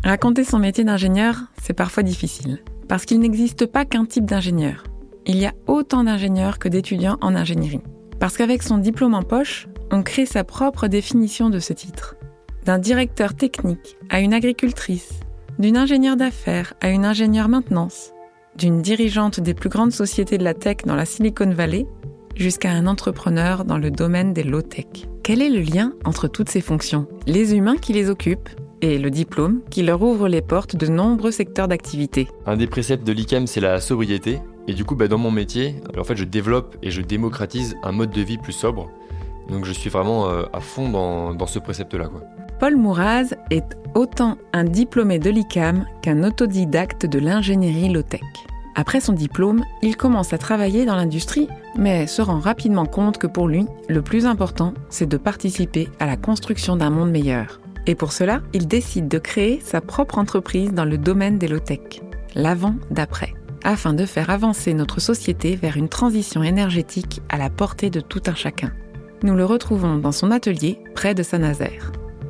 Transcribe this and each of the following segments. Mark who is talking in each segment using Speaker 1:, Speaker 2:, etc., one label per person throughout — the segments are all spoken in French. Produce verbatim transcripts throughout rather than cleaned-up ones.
Speaker 1: Raconter son métier d'ingénieur, c'est parfois difficile, parce qu'il n'existe pas qu'un type d'ingénieur. Il y a autant d'ingénieurs que d'étudiants en ingénierie. Parce qu'avec son diplôme en poche, on crée sa propre définition de ce titre. D'un directeur technique à une agricultrice, d'une ingénieure d'affaires à une ingénieure maintenance, d'une dirigeante des plus grandes sociétés de la tech dans la Silicon Valley, jusqu'à un entrepreneur dans le domaine des low-tech. Quel est le lien entre toutes ces fonctions ? Les humains qui les occupent et le diplôme qui leur ouvre les portes de nombreux secteurs d'activité.
Speaker 2: Un des préceptes de l'I C A M, c'est la sobriété. Et du coup, bah, dans mon métier, en fait, je développe et je démocratise un mode de vie plus sobre. Donc je suis vraiment euh, à fond dans, dans ce précepte-là, quoi.
Speaker 1: Paul Mouraz est autant un diplômé de l'I C A M qu'un autodidacte de l'ingénierie low-tech. Après son diplôme, il commence à travailler dans l'industrie, mais se rend rapidement compte que pour lui, le plus important, c'est de participer à la construction d'un monde meilleur. Et pour cela, il décide de créer sa propre entreprise dans le domaine des low-tech, l'avant-d'après, afin de faire avancer notre société vers une transition énergétique à la portée de tout un chacun. Nous le retrouvons dans son atelier près de Saint-Nazaire.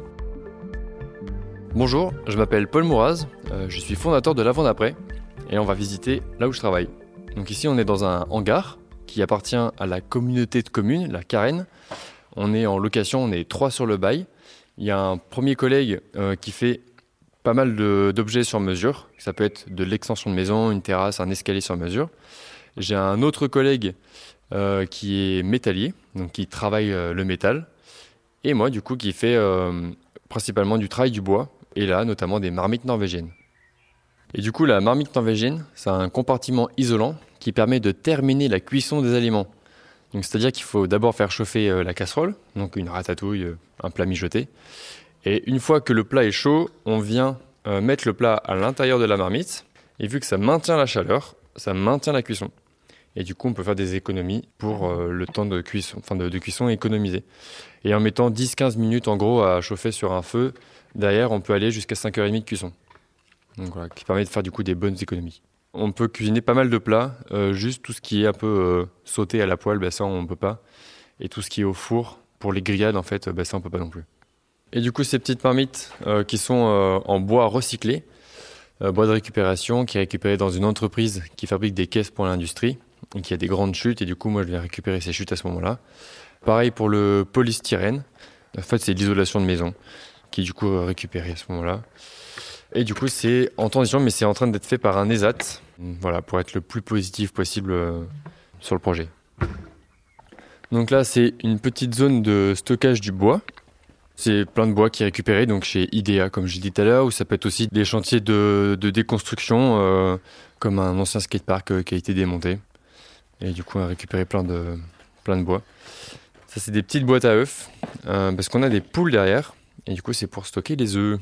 Speaker 2: Bonjour, je m'appelle Paul Mouraz, euh, je suis fondateur de l'avant-d'après et on va visiter là où je travaille. Donc ici on est dans un hangar qui appartient à la communauté de communes, la Carène. On est en location, on est trois sur le bail. Il y a un premier collègue euh, qui fait pas mal de, d'objets sur mesure. Ça peut être de l'extension de maison, une terrasse, un escalier sur mesure. J'ai un autre collègue euh, qui est métallier, donc qui travaille euh, le métal. Et moi, du coup, qui fait euh, principalement du travail du bois. Et là, notamment des marmites norvégiennes. Et du coup, la marmite norvégienne, c'est un compartiment isolant qui permet de terminer la cuisson des aliments. Donc, c'est-à-dire qu'il faut d'abord faire chauffer euh, la casserole, donc une ratatouille, euh, un plat mijoté. Et une fois que le plat est chaud, on vient euh, mettre le plat à l'intérieur de la marmite. Et vu que ça maintient la chaleur, ça maintient la cuisson. Et du coup, on peut faire des économies pour euh, le temps de cuisson, enfin de, de cuisson économisé. Et en mettant dix à quinze minutes en gros à chauffer sur un feu, derrière, on peut aller jusqu'à cinq heures trente de cuisson. Donc voilà, qui permet de faire du coup des bonnes économies. On peut cuisiner pas mal de plats, euh, juste tout ce qui est un peu euh, sauté à la poêle, bah ça on ne peut pas. Et tout ce qui est au four, pour les grillades en fait, bah ça on ne peut pas non plus. Et du coup ces petites marmites euh, qui sont euh, en bois recyclé, euh, bois de récupération, qui est récupéré dans une entreprise qui fabrique des caisses pour l'industrie, et qui a des grandes chutes, et du coup moi je viens récupérer ces chutes à ce moment-là. Pareil pour le polystyrène, en fait c'est l'isolation de maison, qui est du coup euh, récupéré à ce moment-là. Et du coup, c'est en transition, mais c'est en train d'être fait par un ESAT, voilà, pour être le plus positif possible euh, sur le projet. Donc là, c'est une petite zone de stockage du bois. C'est plein de bois qui est récupéré, donc chez I D E A, comme je l'ai dit tout à l'heure, ou ça peut être aussi des chantiers de, de déconstruction, euh, comme un ancien skatepark euh, qui a été démonté. Et du coup, on a récupéré plein de, plein de bois. Ça, c'est des petites boîtes à œufs, euh, parce qu'on a des poules derrière, et du coup, c'est pour stocker les œufs.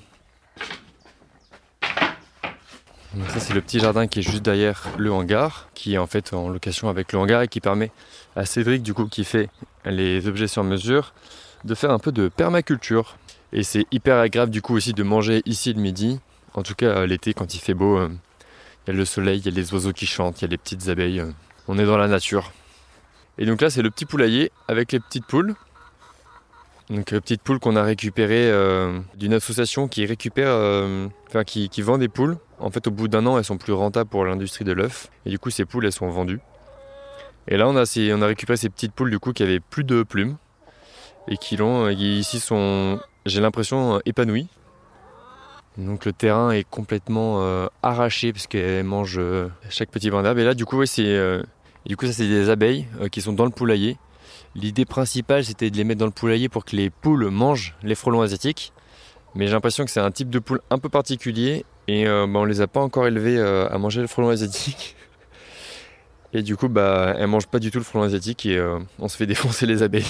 Speaker 2: Donc ça c'est le petit jardin qui est juste derrière le hangar, qui est en fait en location avec le hangar et qui permet à Cédric du coup qui fait les objets sur mesure de faire un peu de permaculture. Et c'est hyper agréable du coup aussi de manger ici le midi, en tout cas l'été quand il fait beau, il y a le soleil, il y a les oiseaux qui chantent, il y a les petites abeilles, on est dans la nature. Et donc là c'est le petit poulailler avec les petites poules. Donc les petites poules qu'on a récupérées euh, d'une association qui récupère, euh, enfin qui, qui vend des poules. En fait, au bout d'un an, elles sont plus rentables pour l'industrie de l'œuf. Et du coup, ces poules, elles sont vendues. Et là, on a, ces, on a récupéré ces petites poules du coup qui avaient plus de plumes et qui l'ont, qui ici sont, j'ai l'impression, épanouies. Donc le terrain est complètement euh, arraché parce qu'elles mangent euh, chaque petit brin d'herbe. Et là, du coup, ouais, c'est, euh, du coup, ça c'est des abeilles euh, qui sont dans le poulailler. L'idée principale, c'était de les mettre dans le poulailler pour que les poules mangent les frelons asiatiques. Mais j'ai l'impression que c'est un type de poule un peu particulier et euh, bah, on les a pas encore élevées euh, à manger le frelon asiatique. Et du coup, bah, elles mangent pas du tout le frelon asiatique et euh, on se fait défoncer les abeilles.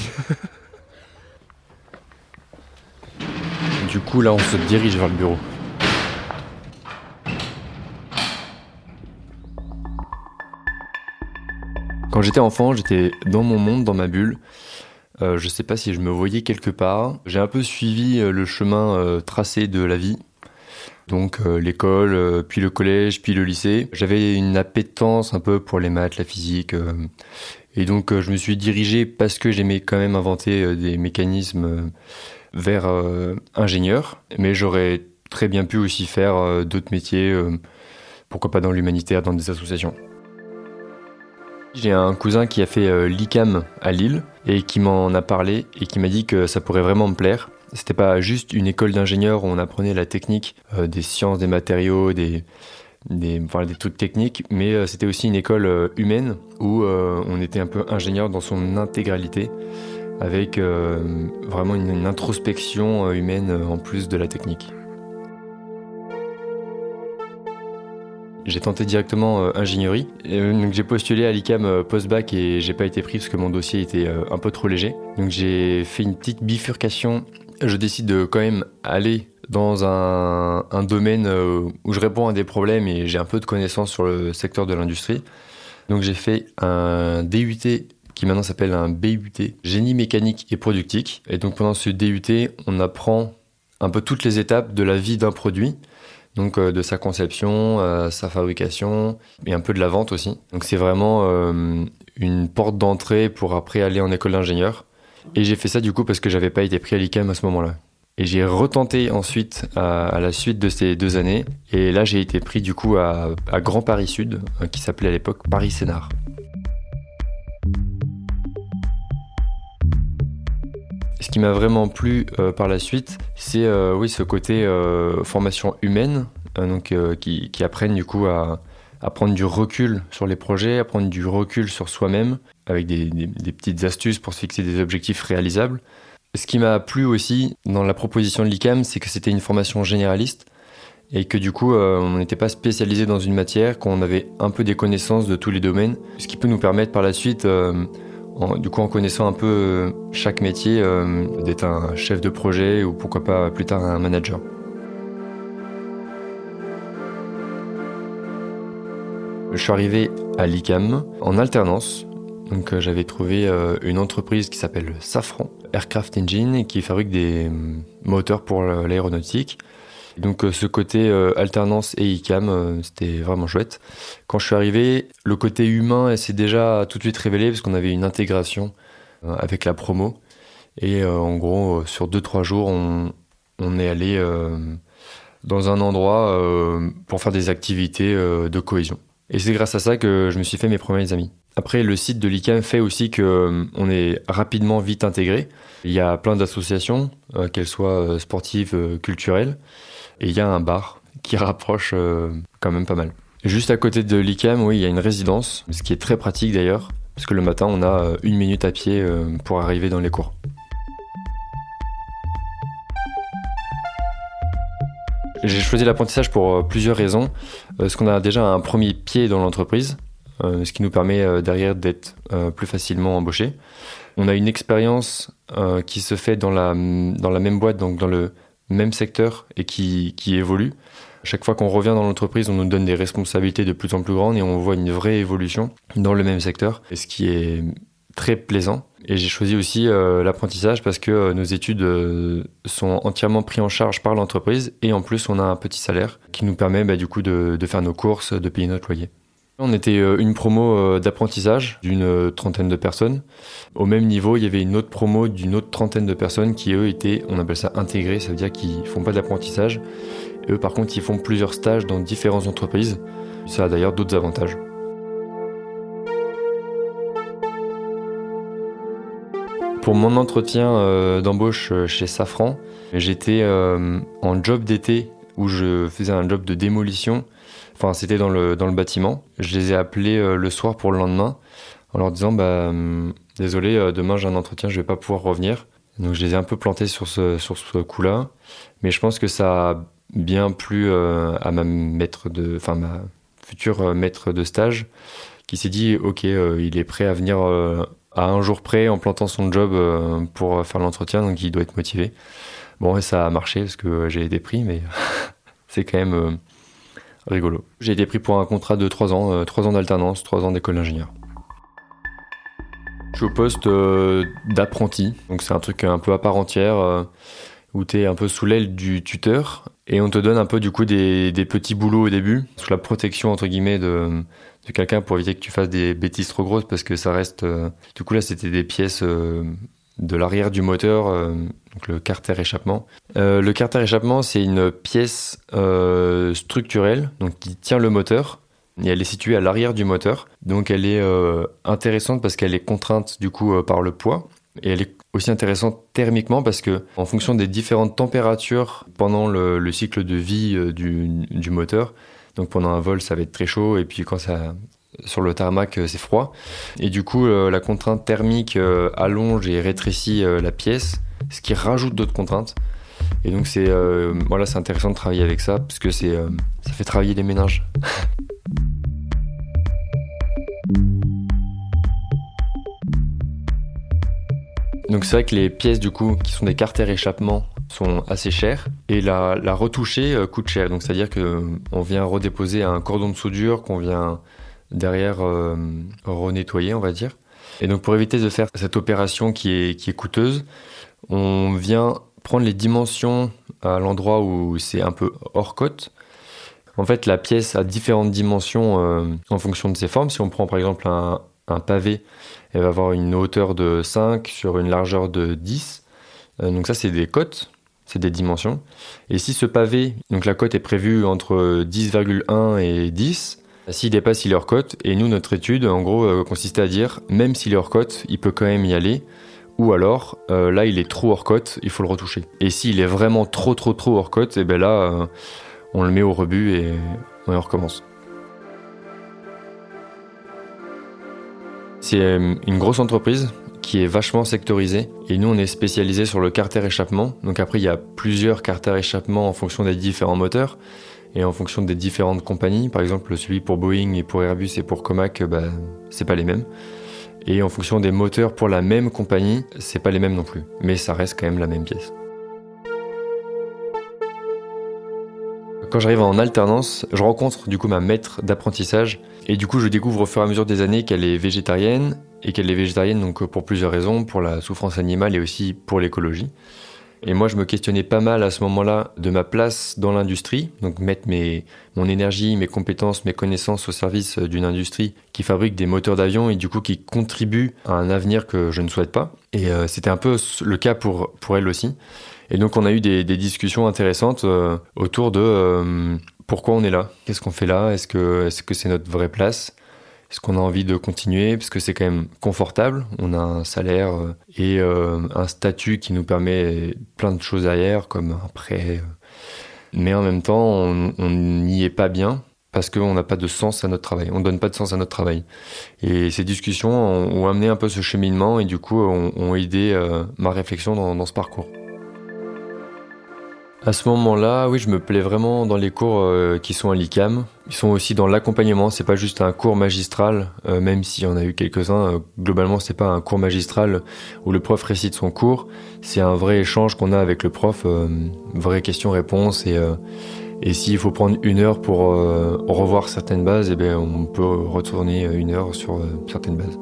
Speaker 2: Du coup, là, on se dirige vers le bureau. Quand j'étais enfant, j'étais dans mon monde, dans ma bulle. Euh, je sais pas si je me voyais quelque part. J'ai un peu suivi euh, le chemin euh, tracé de la vie. Donc euh, l'école, euh, puis le collège, puis le lycée. J'avais une appétence un peu pour les maths, la physique. Euh, et donc euh, je me suis dirigé parce que j'aimais quand même inventer euh, des mécanismes euh, vers euh, ingénieur. Mais j'aurais très bien pu aussi faire euh, d'autres métiers, euh, pourquoi pas dans l'humanitaire, dans des associations. J'ai un cousin qui a fait euh, l'I C A M à Lille et qui m'en a parlé et qui m'a dit que ça pourrait vraiment me plaire. C'était pas juste une école d'ingénieur où on apprenait la technique, euh, des sciences, des matériaux, des, des, enfin, des trucs techniques, mais euh, c'était aussi une école euh, humaine où euh, on était un peu ingénieur dans son intégralité, avec euh, vraiment une, une introspection euh, humaine euh, en plus de la technique. J'ai tenté directement euh, ingénierie, et, euh, donc j'ai postulé à l'I C A M euh, post-bac et j'ai pas été pris parce que mon dossier était euh, un peu trop léger. Donc j'ai fait une petite bifurcation. Je décide de quand même aller dans un, un domaine euh, où je réponds à des problèmes et j'ai un peu de connaissances sur le secteur de l'industrie. Donc j'ai fait un D U T qui maintenant s'appelle un B U T, génie mécanique et productique. Et donc pendant ce D U T, on apprend un peu toutes les étapes de la vie d'un produit. Donc euh, de sa conception, euh, sa fabrication et un peu de la vente aussi. Donc c'est vraiment euh, une porte d'entrée pour après aller en école d'ingénieur. Et j'ai fait ça du coup parce que j'avais pas été pris à l'I C A M à ce moment-là. Et j'ai retenté ensuite à, à la suite de ces deux années. Et là j'ai été pris du coup à, à Grand Paris Sud, euh, qui s'appelait à l'époque Paris Sénart. Ce qui m'a vraiment plu euh, par la suite, c'est euh, oui, ce côté euh, formation humaine, euh, donc, euh, qui, qui apprennent du coup à, à prendre du recul sur les projets, à prendre du recul sur soi-même, avec des, des, des petites astuces pour se fixer des objectifs réalisables. Ce qui m'a plu aussi dans la proposition de l'I C A M, c'est que c'était une formation généraliste et que du coup, euh, on n'était pas spécialisé dans une matière, qu'on avait un peu des connaissances de tous les domaines, ce qui peut nous permettre par la suite... Euh, En, du coup, en connaissant un peu euh, chaque métier, euh, d'être un chef de projet ou pourquoi pas plus tard un manager. Je suis arrivé à l'I C A M en alternance. Donc, euh, j'avais trouvé euh, une entreprise qui s'appelle Safran Aircraft Engine et qui fabrique des euh, moteurs pour l'aéronautique. Donc euh, ce côté euh, alternance et I C A M, euh, c'était vraiment chouette. Quand je suis arrivé, le côté humain s'est déjà tout de suite révélé parce qu'on avait une intégration euh, avec la promo. Et euh, en gros, euh, sur deux trois jours, on, on est allé euh, dans un endroit euh, pour faire des activités euh, de cohésion. Et c'est grâce à ça que je me suis fait mes premiers amis. Après, le site de l'I C A M fait aussi qu'on est rapidement vite intégré. Il y a plein d'associations, euh, qu'elles soient sportives, euh, culturelles. Et il y a un bar qui rapproche euh, quand même pas mal. Juste à côté de l'I C A M, oui, il y a une résidence, ce qui est très pratique d'ailleurs, parce que le matin, on a une minute à pied euh, pour arriver dans les cours. J'ai choisi l'apprentissage pour euh, plusieurs raisons. Euh, parce qu'on a déjà un premier pied dans l'entreprise, euh, ce qui nous permet euh, derrière d'être euh, plus facilement embauchés. On a une expérience euh, qui se fait dans la, dans la même boîte, donc dans le même secteur et qui, qui évolue. Chaque fois qu'on revient dans l'entreprise, on nous donne des responsabilités de plus en plus grandes et on voit une vraie évolution dans le même secteur, ce qui est très plaisant. Et j'ai choisi aussi euh, l'apprentissage parce que euh, nos études euh, sont entièrement prises en charge par l'entreprise et en plus on a un petit salaire qui nous permet bah, du coup de, de faire nos courses, de payer notre loyer. On était une promo d'apprentissage d'une trentaine de personnes. Au même niveau, il y avait une autre promo d'une autre trentaine de personnes qui, eux, étaient, on appelle ça intégrés, ça veut dire qu'ils ne font pas d'apprentissage. Eux, par contre, ils font plusieurs stages dans différentes entreprises. Ça a d'ailleurs d'autres avantages. Pour mon entretien euh, d'embauche chez Safran, j'étais euh, en job d'été où je faisais un job de démolition. Enfin, c'était dans le, dans le bâtiment. Je les ai appelés euh, le soir pour le lendemain en leur disant bah, euh, « Désolé, euh, demain j'ai un entretien, je vais pas pouvoir revenir ». Donc je les ai un peu plantés sur ce, sur ce coup-là. Mais je pense que ça a bien plu euh, à ma maître de, enfin, ma future maître de stage qui s'est dit « Ok, euh, il est prêt à venir euh, à un jour près en plantant son job euh, pour faire l'entretien, donc il doit être motivé ». Bon, et ça a marché parce que j'ai été pris, mais c'est quand même... Euh, rigolo. J'ai été pris pour un contrat de trois ans, euh, trois ans d'alternance, trois ans d'école d'ingénieur. Je suis au poste euh, d'apprenti, donc c'est un truc un peu à part entière, euh, où tu es un peu sous l'aile du tuteur, et on te donne un peu du coup des, des petits boulots au début, sous la protection entre guillemets de, de quelqu'un pour éviter que tu fasses des bêtises trop grosses, parce que ça reste... Euh, du coup là c'était des pièces euh, de l'arrière du moteur, euh, donc le carter échappement. Euh, le carter échappement, c'est une pièce euh, structurelle donc qui tient le moteur et elle est située à l'arrière du moteur. Donc elle est euh, intéressante parce qu'elle est contrainte du coup euh, par le poids et elle est aussi intéressante thermiquement parce que en fonction des différentes températures pendant le, le cycle de vie euh, du, du moteur, donc pendant un vol ça va être très chaud et puis quand ça sur le tarmac, c'est froid. Et du coup, euh, la contrainte thermique euh, allonge et rétrécit euh, la pièce, ce qui rajoute d'autres contraintes. Et donc, c'est, euh, voilà, c'est intéressant de travailler avec ça, parce que c'est, euh, ça fait travailler les méninges. Donc, c'est vrai que les pièces, du coup, qui sont des carters échappement, sont assez chères. Et la, la retoucher euh, coûte cher. Donc, c'est-à-dire qu'on vient redéposer un cordon de soudure qu'on vient derrière euh, renettoyer, on va dire. Et donc pour éviter de faire cette opération qui est, qui est coûteuse, on vient prendre les dimensions à l'endroit où c'est un peu hors cote. En fait, la pièce a différentes dimensions euh, en fonction de ses formes. Si on prend par exemple un, un pavé, elle va avoir une hauteur de cinq sur une largeur de dix. Euh, donc ça, c'est des cotes, c'est des dimensions. Et si ce pavé, donc la cote est prévue entre dix virgule un et dix, s'il dépasse, il est hors cote. Et nous, notre étude, en gros, euh, consistait à dire, même s'il est hors cote, il peut quand même y aller. Ou alors, euh, là, il est trop hors cote, il faut le retoucher. Et s'il est vraiment trop, trop, trop hors cote, et ben là, euh, on le met au rebut et on recommence. C'est une grosse entreprise qui est vachement sectorisée. Et nous, on est spécialisé sur le carter échappement. Donc après, il y a plusieurs carters échappement en fonction des différents moteurs. Et en fonction des différentes compagnies, par exemple celui pour Boeing et pour Airbus et pour Comac, bah, c'est pas les mêmes. Et en fonction des moteurs pour la même compagnie, c'est pas les mêmes non plus. Mais ça reste quand même la même pièce. Quand j'arrive en alternance, je rencontre du coup ma maître d'apprentissage. Et du coup, je découvre au fur et à mesure des années qu'elle est végétarienne. Et qu'elle est végétarienne donc pour plusieurs raisons, pour la souffrance animale et aussi pour l'écologie. Et moi, je me questionnais pas mal à ce moment-là de ma place dans l'industrie, donc mettre mes, mon énergie, mes compétences, mes connaissances au service d'une industrie qui fabrique des moteurs d'avion et du coup qui contribue à un avenir que je ne souhaite pas. Et euh, c'était un peu le cas pour, pour elle aussi. Et donc, on a eu des, des discussions intéressantes euh, autour de euh, pourquoi on est là, qu'est-ce qu'on fait là, est-ce que, est-ce que c'est notre vraie place ? Est-ce qu'on a envie de continuer ? Parce que c'est quand même confortable. On a un salaire et euh, un statut qui nous permet plein de choses derrière, comme un prêt. Mais en même temps, on n'y est pas bien parce qu'on n'a pas de sens à notre travail. On ne donne pas de sens à notre travail. Et ces discussions ont, ont amené un peu ce cheminement et du coup ont, ont aidé euh, ma réflexion dans, dans ce parcours. À ce moment-là, oui, je me plais vraiment dans les cours euh, qui sont à l'I C A M. Ils sont aussi dans l'accompagnement, c'est pas juste un cours magistral, euh, même s'il y en a eu quelques-uns. Euh, globalement, c'est pas un cours magistral où le prof récite son cours. C'est un vrai échange qu'on a avec le prof, euh, vraie question-réponse. Et, euh, et s'il faut prendre une heure pour euh, revoir certaines bases, eh bien, on peut retourner une heure sur euh, certaines bases.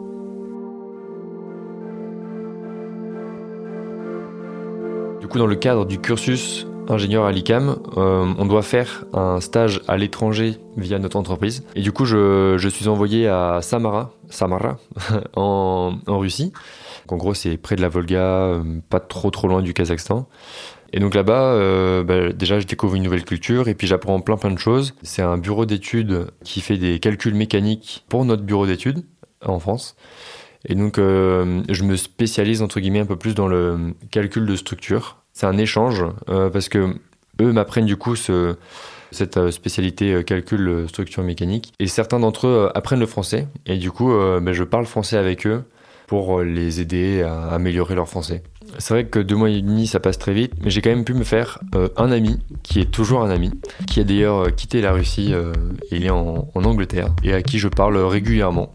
Speaker 2: Du coup, dans le cadre du cursus ingénieur à l'I C A M, euh, on doit faire un stage à l'étranger via notre entreprise. Et du coup, je, je suis envoyé à Samara, Samara en, en Russie. Donc, en gros, c'est près de la Volga, euh, pas trop trop loin du Kazakhstan. Et donc là-bas, euh, bah, déjà, je découvre une nouvelle culture et puis j'apprends plein plein de choses. C'est un bureau d'études qui fait des calculs mécaniques pour notre bureau d'études en France. Et donc, euh, je me spécialise entre guillemets un peu plus dans le calcul de structure. C'est un échange euh, parce que eux m'apprennent du coup ce, cette spécialité euh, calcul euh, structure mécanique et certains d'entre eux euh, apprennent le français et du coup euh, ben, je parle français avec eux pour les aider à améliorer leur français. C'est vrai que deux mois et demi ça passe très vite, mais j'ai quand même pu me faire euh, un ami qui est toujours un ami, qui a d'ailleurs quitté la Russie euh, et il est en, en Angleterre et à qui je parle régulièrement.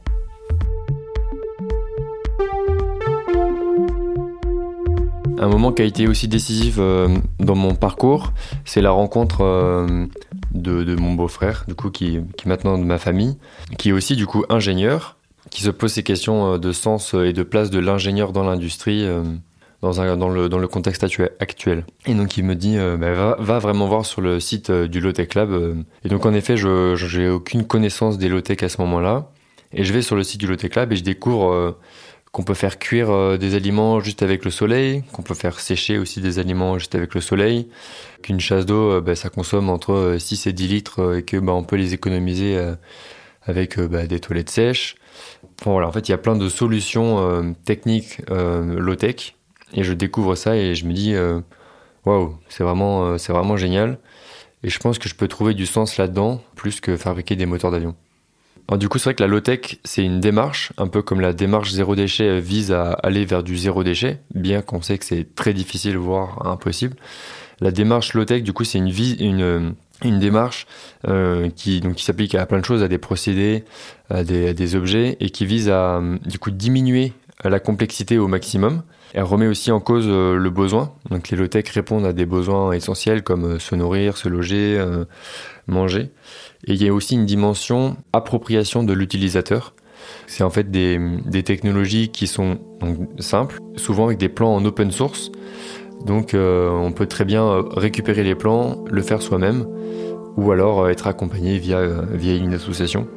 Speaker 2: Un moment qui a été aussi décisif euh, dans mon parcours, c'est la rencontre euh, de, de mon beau-frère, du coup, qui, qui est maintenant de ma famille, qui est aussi du coup ingénieur, qui se pose ces questions de sens et de place de l'ingénieur dans l'industrie euh, dans, un, dans, le, dans le contexte actuel. Et donc il me dit, euh, bah, va, va vraiment voir sur le site euh, du Low-Tech Lab. Euh. Et donc en effet, je j'ai aucune connaissance des low-tech à ce moment-là. Et je vais sur le site du Low-Tech Lab et je découvre... Euh, qu'on peut faire cuire euh, des aliments juste avec le soleil, qu'on peut faire sécher aussi des aliments juste avec le soleil, qu'une chasse d'eau, euh, bah, ça consomme entre euh, six et dix litres euh, et que bah, on peut les économiser euh, avec euh, bah, des toilettes sèches. Bon, voilà, en fait, il y a plein de solutions euh, techniques euh, low-tech et je découvre ça et je me dis euh, waouh, c'est vraiment, euh, c'est vraiment génial. Et je pense que je peux trouver du sens là-dedans plus que fabriquer des moteurs d'avion. Alors du coup, c'est vrai que la low-tech, c'est une démarche, un peu comme la démarche zéro déchet vise à aller vers du zéro déchet, bien qu'on sait que c'est très difficile, voire impossible. La démarche low-tech, du coup, c'est une, vis- une, une démarche euh, qui, donc, qui s'applique à plein de choses, à des procédés, à des, à des objets, et qui vise à du coup diminuer la complexité au maximum. Elle remet aussi en cause euh, le besoin. Donc les low-tech répondent à des besoins essentiels comme euh, se nourrir, se loger, euh, manger. Et il y a aussi une dimension appropriation de l'utilisateur. C'est en fait des, des technologies qui sont donc, simples, souvent avec des plans en open source. Donc euh, on peut très bien récupérer les plans, le faire soi-même, ou alors euh, être accompagné via, euh, via une association.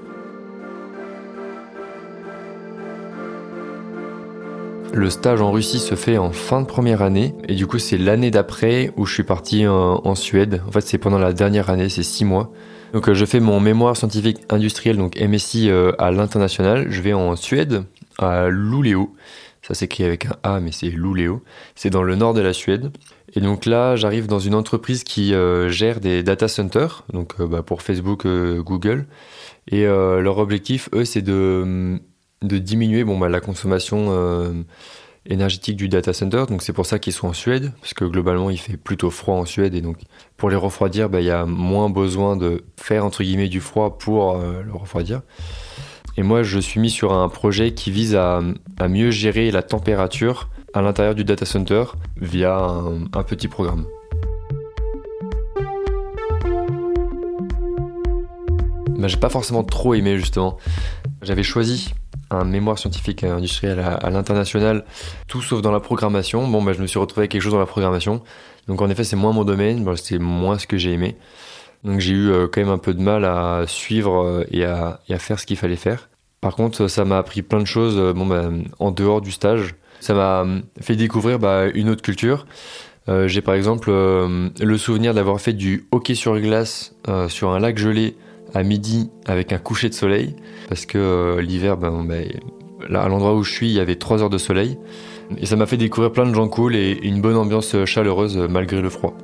Speaker 2: Le stage en Russie se fait en fin de première année et du coup c'est l'année d'après où je suis parti en, en Suède. En fait c'est pendant la dernière année, c'est six mois. Donc euh, je fais mon mémoire scientifique industriel, donc M S I euh, à l'international. Je vais en Suède, à Luleå. Ça s'écrit avec un A mais c'est Luleå. C'est dans le nord de la Suède. Et donc là j'arrive dans une entreprise qui euh, gère des data centers, donc euh, bah, pour Facebook, euh, Google. Et euh, leur objectif, eux, c'est de... de diminuer bon, bah, la consommation euh, énergétique du data center. Donc c'est pour ça qu'ils sont en Suède, parce que globalement il fait plutôt froid en Suède et donc pour les refroidir, bah, il y a moins besoin de faire entre guillemets du froid pour euh, le refroidir. Et moi je suis mis sur un projet qui vise à, à mieux gérer la température à l'intérieur du data center via un, un petit programme. Bah, j'ai pas forcément trop aimé justement. J'avais choisi un mémoire scientifique industriel à, à l'international, tout sauf dans la programmation. Bon, bah, je me suis retrouvé avec quelque chose dans la programmation. Donc en effet, c'est moins mon domaine, bon, c'est moins ce que j'ai aimé. Donc j'ai eu euh, quand même un peu de mal à suivre euh, et, à, et à faire ce qu'il fallait faire. Par contre, ça m'a appris plein de choses euh, bon, bah, en dehors du stage. Ça m'a fait découvrir bah, une autre culture. Euh, j'ai par exemple euh, le souvenir d'avoir fait du hockey sur glace euh, sur un lac gelé à midi avec un coucher de soleil parce que euh, l'hiver ben, ben, là, à l'endroit où je suis il y avait trois heures de soleil et ça m'a fait découvrir plein de gens cool et une bonne ambiance chaleureuse malgré le froid.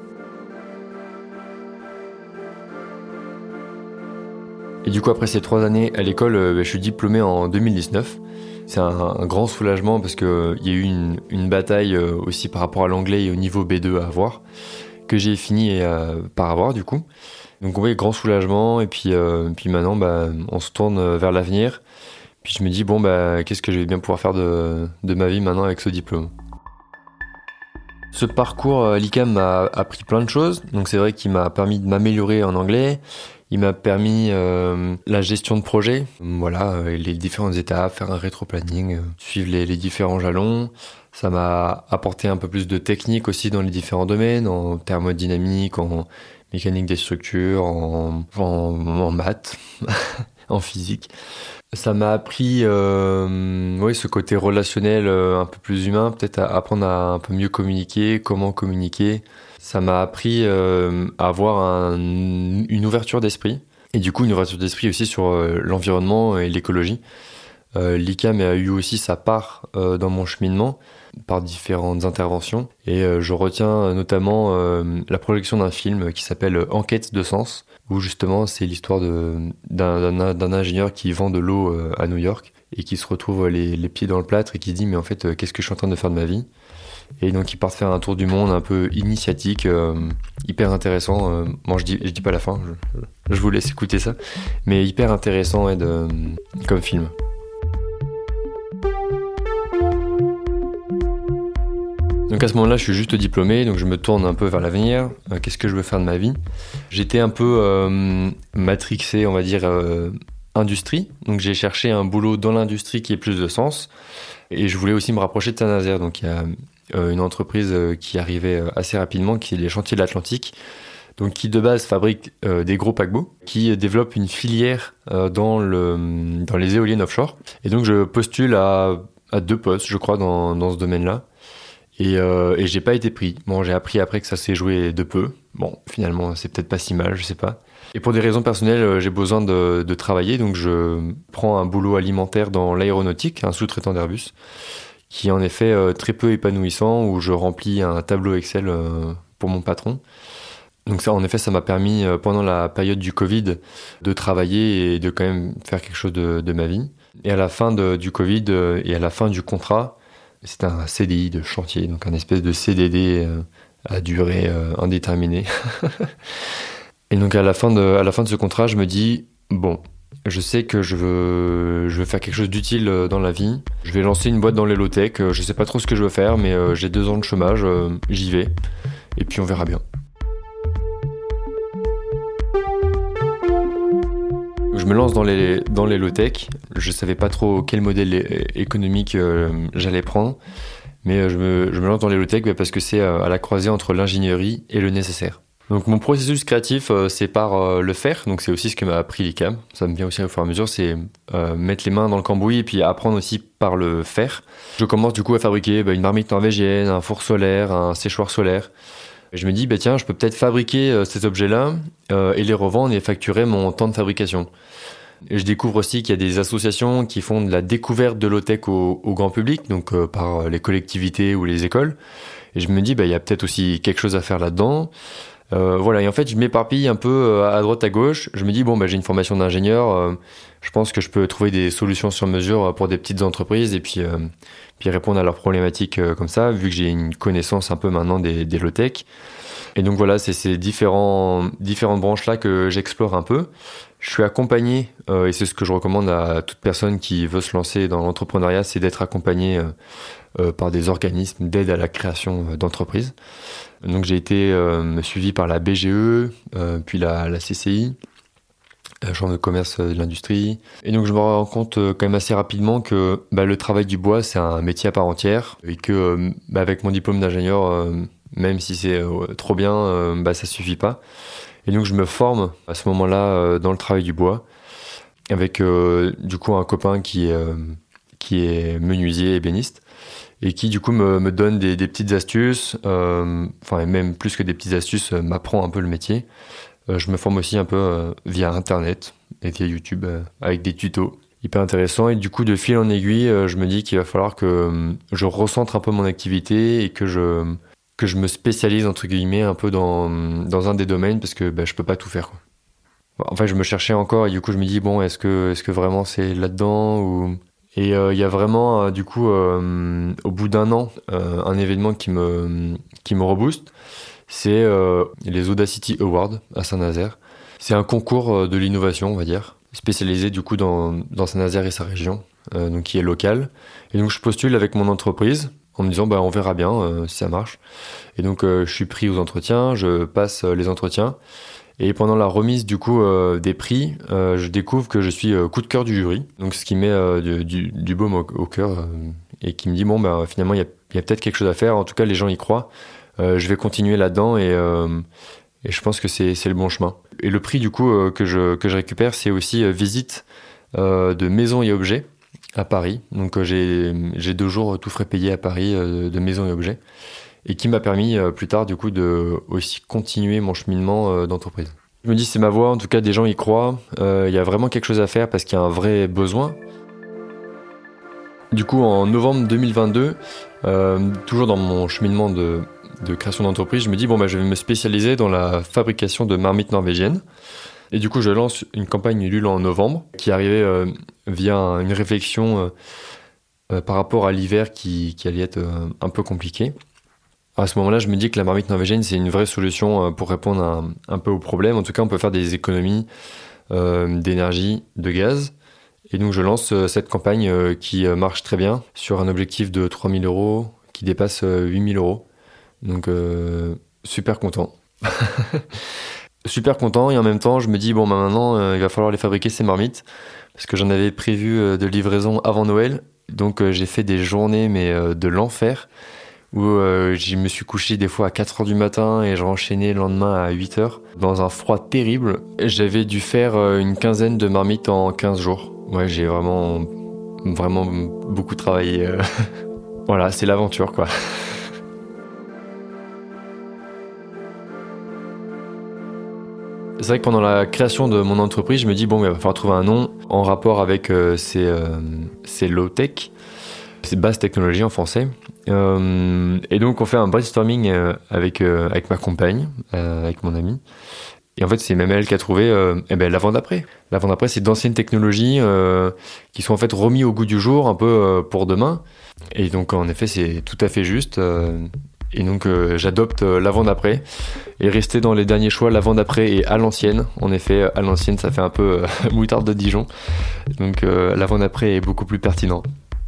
Speaker 2: Et du coup après ces trois années à l'école ben, je suis diplômé en deux mille dix-neuf. C'est un, un grand soulagement parce qu'il y a eu une, une bataille aussi par rapport à l'anglais et au niveau B deux à avoir que j'ai fini euh, par avoir du coup. Donc on voit grand soulagement et puis, euh, puis maintenant bah, on se tourne vers l'avenir. Puis je me dis bon bah qu'est-ce que je vais bien pouvoir faire de, de ma vie maintenant avec ce diplôme. Ce parcours à l'I C A M m'a appris plein de choses. Donc c'est vrai qu'il m'a permis de m'améliorer en anglais. Il m'a permis euh, la gestion de projet. Voilà, euh, les différentes étapes, faire un rétro-planning, euh, suivre les, les différents jalons. Ça m'a apporté un peu plus de technique aussi dans les différents domaines, en thermodynamique, en mécanique des structures, en, en, en maths, en physique. Ça m'a appris euh, oui, ce côté relationnel euh, un peu plus humain, peut-être à apprendre à un peu mieux communiquer, comment communiquer. Ça m'a appris euh, à avoir un, une ouverture d'esprit, et du coup une ouverture d'esprit aussi sur euh, l'environnement et l'écologie. Euh, L'I C A M a eu aussi sa part euh, dans mon cheminement, par différentes interventions. Et euh, je retiens notamment euh, la projection d'un film qui s'appelle Enquête de sens, où justement c'est l'histoire de, d'un, d'un, d'un ingénieur qui vend de l'eau euh, à New York et qui se retrouve les, les pieds dans le plâtre et qui se dit mais en fait euh, qu'est-ce que je suis en train de faire de ma vie ? Et donc ils partent faire un tour du monde un peu initiatique, euh, hyper intéressant. Euh, bon je dis, je dis pas la fin, je, je vous laisse écouter ça, mais hyper intéressant ouais, de, comme film. Donc à ce moment-là, je suis juste diplômé, donc je me tourne un peu vers l'avenir. Euh, qu'est-ce que je veux faire de ma vie ? J'étais un peu euh, matrixé, on va dire, euh, industrie. Donc j'ai cherché un boulot dans l'industrie qui ait plus de sens. Et je voulais aussi me rapprocher de Saint-Nazaire. Donc il y a euh, une entreprise euh, qui arrivait assez rapidement, qui est les Chantiers de l'Atlantique. Donc qui de base fabrique euh, des gros paquebots, qui développe une filière euh, dans, le, dans les éoliennes offshore. Et donc je postule à à deux postes, je crois, dans, dans ce domaine-là. Et, euh, et j'ai pas été pris. Bon, j'ai appris après que ça s'est joué de peu. Bon, finalement, c'est peut-être pas si mal, je sais pas. Et pour des raisons personnelles, j'ai besoin de, de travailler, donc je prends un boulot alimentaire dans l'aéronautique, un sous-traitant d'Airbus, qui est en effet euh, très peu épanouissant, où je remplis un tableau Excel euh, pour mon patron. Donc ça, en effet, ça m'a permis, euh, pendant la période du Covid, de travailler et de quand même faire quelque chose de, de ma vie. Et à la fin de, du Covid euh, et à la fin du contrat, c'était un C D I de chantier, donc un espèce de C D D euh, à durée euh, indéterminée. Et donc à la fin de, à la fin de ce contrat, je me dis, bon, je sais que je veux, je veux faire quelque chose d'utile dans la vie. Je vais lancer une boîte dans les low-tech. Je sais pas trop ce que je veux faire, mais euh, j'ai deux ans de chômage, euh, j'y vais. Et puis on verra bien. Je me lance dans les, dans les low-tech. Je savais pas trop quel modèle économique euh, j'allais prendre. Mais je me, je me lance dans les low-tech parce que c'est à la croisée entre l'ingénierie et le nécessaire. Donc mon processus créatif, euh, c'est par euh, le faire. Donc c'est aussi ce que m'a appris l'I C A M. Ça me vient aussi au fur et à mesure, c'est euh, mettre les mains dans le cambouis et puis apprendre aussi par le faire. Je commence du coup à fabriquer bah, une marmite norvégienne, un four solaire, un séchoir solaire. Et je me dis, bah, tiens, je peux peut-être fabriquer euh, ces objets-là euh, et les revendre et facturer mon temps de fabrication. Et je découvre aussi qu'il y a des associations qui font de la découverte de low-tech au, au grand public, donc euh, par les collectivités ou les écoles. Et je me dis, bah, il y a peut-être aussi quelque chose à faire là-dedans. Euh, voilà, et en fait, je m'éparpille un peu à droite, à gauche. Je me dis, bon, bah, j'ai une formation d'ingénieur. Euh, je pense que je peux trouver des solutions sur mesure pour des petites entreprises et puis, euh, puis répondre à leurs problématiques euh, comme ça, vu que j'ai une connaissance un peu maintenant des, des low-tech. Et donc voilà, c'est ces différents, différentes branches-là que j'explore un peu. Je suis accompagné, euh, et c'est ce que je recommande à toute personne qui veut se lancer dans l'entrepreneuriat, c'est d'être accompagné euh, euh, par des organismes d'aide à la création euh, d'entreprises. Donc j'ai été euh, suivi par la B G E, euh, puis la, la C C I, la Chambre de commerce de l'industrie. Et donc je me rends compte euh, quand même assez rapidement que bah, le travail du bois, c'est un métier à part entière, et que euh, bah, avec mon diplôme d'ingénieur, euh, même si c'est euh, trop bien, euh, bah, ça suffit pas. Et donc je me forme à ce moment-là euh, dans le travail du bois, avec euh, du coup un copain qui est, euh, qui est menuisier et ébéniste, et qui du coup me, me donne des, des petites astuces, euh, enfin même plus que des petites astuces, euh, m'apprend un peu le métier. Euh, je me forme aussi un peu euh, via Internet et via YouTube euh, avec des tutos hyper intéressants. Et du coup, de fil en aiguille, euh, je me dis qu'il va falloir que euh, je recentre un peu mon activité et que je, que je me spécialise entre guillemets un peu dans, dans un des domaines parce que bah, je peux pas tout faire, quoi. Enfin, je me cherchais encore et du coup, je me dis bon, est-ce que, est-ce que vraiment c'est là-dedans ou... Et il euh, y a vraiment, euh, du coup, euh, au bout d'un an, euh, un événement qui me, qui me rebooste. C'est euh, les Audacity Awards à Saint-Nazaire. C'est un concours de l'innovation, on va dire, spécialisé du coup dans, dans Saint-Nazaire et sa région, euh, donc qui est local. Et donc je postule avec mon entreprise en me disant bah, on verra bien euh, si ça marche. Et donc euh, je suis pris aux entretiens, je passe les entretiens. Et pendant la remise du coup euh, des prix, euh, je découvre que je suis euh, coup de cœur du jury. Donc ce qui met euh, du, du, du baume au, au cœur euh, et qui me dit bon bah finalement il y a, y a peut-être quelque chose à faire. En tout cas les gens y croient. Euh, je vais continuer là-dedans et, euh, et je pense que c'est, c'est le bon chemin. Et le prix du coup euh, que je que je récupère, c'est aussi euh, visite euh, de maisons et objets à Paris. Donc euh, j'ai j'ai deux jours tout frais payés à Paris euh, de maisons et objets. Et qui m'a permis euh, plus tard du coup de aussi continuer mon cheminement euh, d'entreprise. Je me dis c'est ma voie, en tout cas des gens y croient, il euh, y a vraiment quelque chose à faire parce qu'il y a un vrai besoin. Du coup en novembre deux mille vingt-deux, euh, toujours dans mon cheminement de, de création d'entreprise, je me dis bon bah je vais me spécialiser dans la fabrication de marmites norvégiennes. Et du coup je lance une campagne Ulule en novembre qui arrivait euh, via une réflexion euh, euh, par rapport à l'hiver qui, qui allait être euh, un peu compliqué. À ce moment-là, je me dis que la marmite norvégienne, c'est une vraie solution pour répondre un, un peu au problème. En tout cas, on peut faire des économies euh, d'énergie, de gaz. Et donc, je lance euh, cette campagne euh, qui euh, marche très bien sur un objectif de trois mille euros qui dépasse euh, huit mille euros. Donc, euh, super content. Super content. Et en même temps, je me dis, bon, bah, maintenant, euh, il va falloir les fabriquer, ces marmites. Parce que j'en avais prévu euh, de livraison avant Noël. Donc, euh, j'ai fait des journées, mais euh, de l'enfer. Où euh, je me suis couché des fois à quatre heures du matin et je renchaînais le lendemain à huit heures dans un froid terrible. J'avais dû faire euh, une quinzaine de marmites en quinze jours. Ouais, j'ai vraiment vraiment beaucoup travaillé. Euh... voilà, c'est l'aventure, quoi. C'est vrai que pendant la création de mon entreprise, je me dis, bon, il va falloir trouver un nom en rapport avec euh, ces, euh, ces low-tech, ces basses technologies en français. Euh, et donc, on fait un brainstorming euh, avec, euh, avec ma compagne, euh, avec mon ami. Et en fait, c'est même elle qui a trouvé euh, eh ben, l'avant d'après. L'avant d'après, c'est d'anciennes technologies euh, qui sont en fait remis au goût du jour, un peu euh, pour demain. Et donc, en effet, c'est tout à fait juste. Euh, Et donc euh, j'adopte euh, l'avant d'après et rester dans les derniers choix, l'avant d'après et à l'ancienne. En effet, à l'ancienne ça fait un peu euh, moutarde de Dijon, donc euh, l'avant d'après est beaucoup plus pertinent.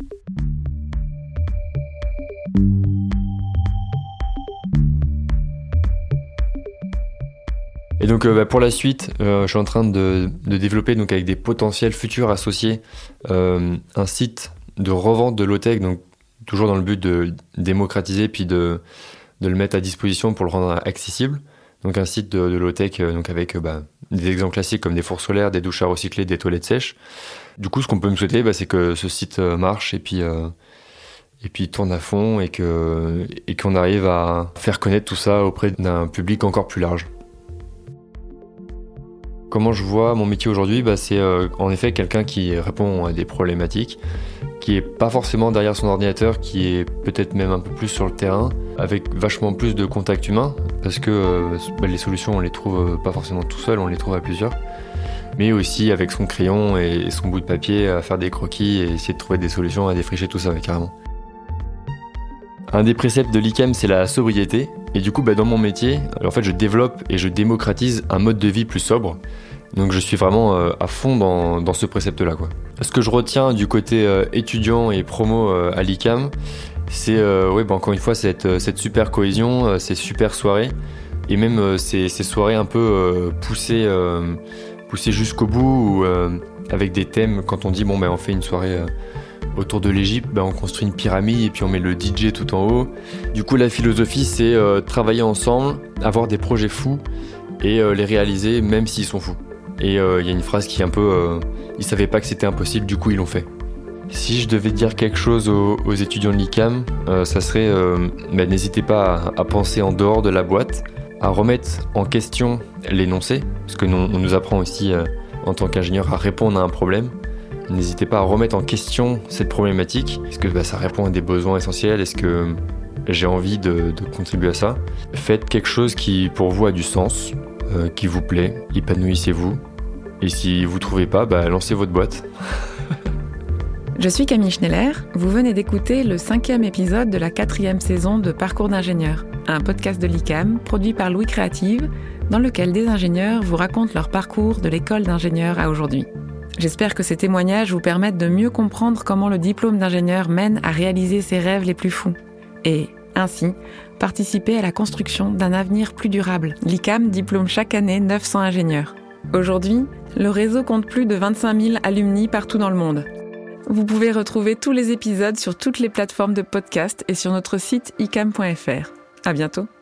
Speaker 2: Et donc euh, bah, pour la suite, euh, je suis en train de, de développer donc avec des potentiels futurs associés euh, un site de revente de low-tech, donc toujours dans le but de démocratiser puis de, de le mettre à disposition pour le rendre accessible. Donc un site de, de low-tech donc avec bah, des exemples classiques comme des fours solaires, des douches à recycler, des toilettes sèches. Du coup, ce qu'on peut me souhaiter, bah, c'est que ce site marche et puis, euh, et puis tourne à fond et, que, et qu'on arrive à faire connaître tout ça auprès d'un public encore plus large. Comment je vois mon métier aujourd'hui, bah, c'est euh, en effet quelqu'un qui répond à des problématiques, qui est pas forcément derrière son ordinateur, qui est peut-être même un peu plus sur le terrain, avec vachement plus de contact humain, parce que euh, bah, les solutions on les trouve pas forcément tout seul, on les trouve à plusieurs, mais aussi avec son crayon et son bout de papier à faire des croquis et essayer de trouver des solutions à défricher tout ça carrément. Un des préceptes de l'I C A M, c'est la sobriété. Et du coup, bah, dans mon métier, en fait, je développe et je démocratise un mode de vie plus sobre. Donc je suis vraiment euh, à fond dans, dans ce précepte-là, quoi. Ce que je retiens du côté euh, étudiant et promo euh, à l'I C A M, c'est euh, ouais, bah, encore une fois cette, cette super cohésion, euh, ces super soirées, et même euh, ces, ces soirées un peu euh, poussées, euh, poussées jusqu'au bout, où, euh, avec des thèmes, quand on dit bon, bah, on fait une soirée... Euh, autour de l'Égypte, bah on construit une pyramide et puis on met le D J tout en haut. Du coup, la philosophie, c'est euh, travailler ensemble, avoir des projets fous et euh, les réaliser même s'ils sont fous. Et il euh, y a une phrase qui est un peu euh, « ils savaient pas que c'était impossible, du coup ils l'ont fait ». Si je devais dire quelque chose aux, aux étudiants de l'I C A M, euh, ça serait euh, bah, n'hésitez pas à, à penser en dehors de la boîte, à remettre en question l'énoncé, parce que nous, on nous apprend aussi euh, en tant qu'ingénieur à répondre à un problème. N'hésitez pas à remettre en question cette problématique. Est-ce que bah, ça répond à des besoins essentiels ? Est-ce que j'ai envie de, de contribuer à ça ? Faites quelque chose qui, pour vous, a du sens, euh, qui vous plaît, épanouissez-vous. Et si vous ne trouvez pas, bah, lancez votre boîte.
Speaker 1: Je suis Camille Schneller. Vous venez d'écouter le cinquième épisode de la quatrième saison de Parcours d'ingénieur, un podcast de l'I C A M produit par Louis Créative, dans lequel des ingénieurs vous racontent leur parcours de l'école d'ingénieur à aujourd'hui. J'espère que ces témoignages vous permettent de mieux comprendre comment le diplôme d'ingénieur mène à réaliser ses rêves les plus fous et, ainsi, participer à la construction d'un avenir plus durable. L'I C A M diplôme chaque année neuf cents ingénieurs. Aujourd'hui, le réseau compte plus de vingt-cinq mille alumni partout dans le monde. Vous pouvez retrouver tous les épisodes sur toutes les plateformes de podcast et sur notre site i c a m point f r. À bientôt.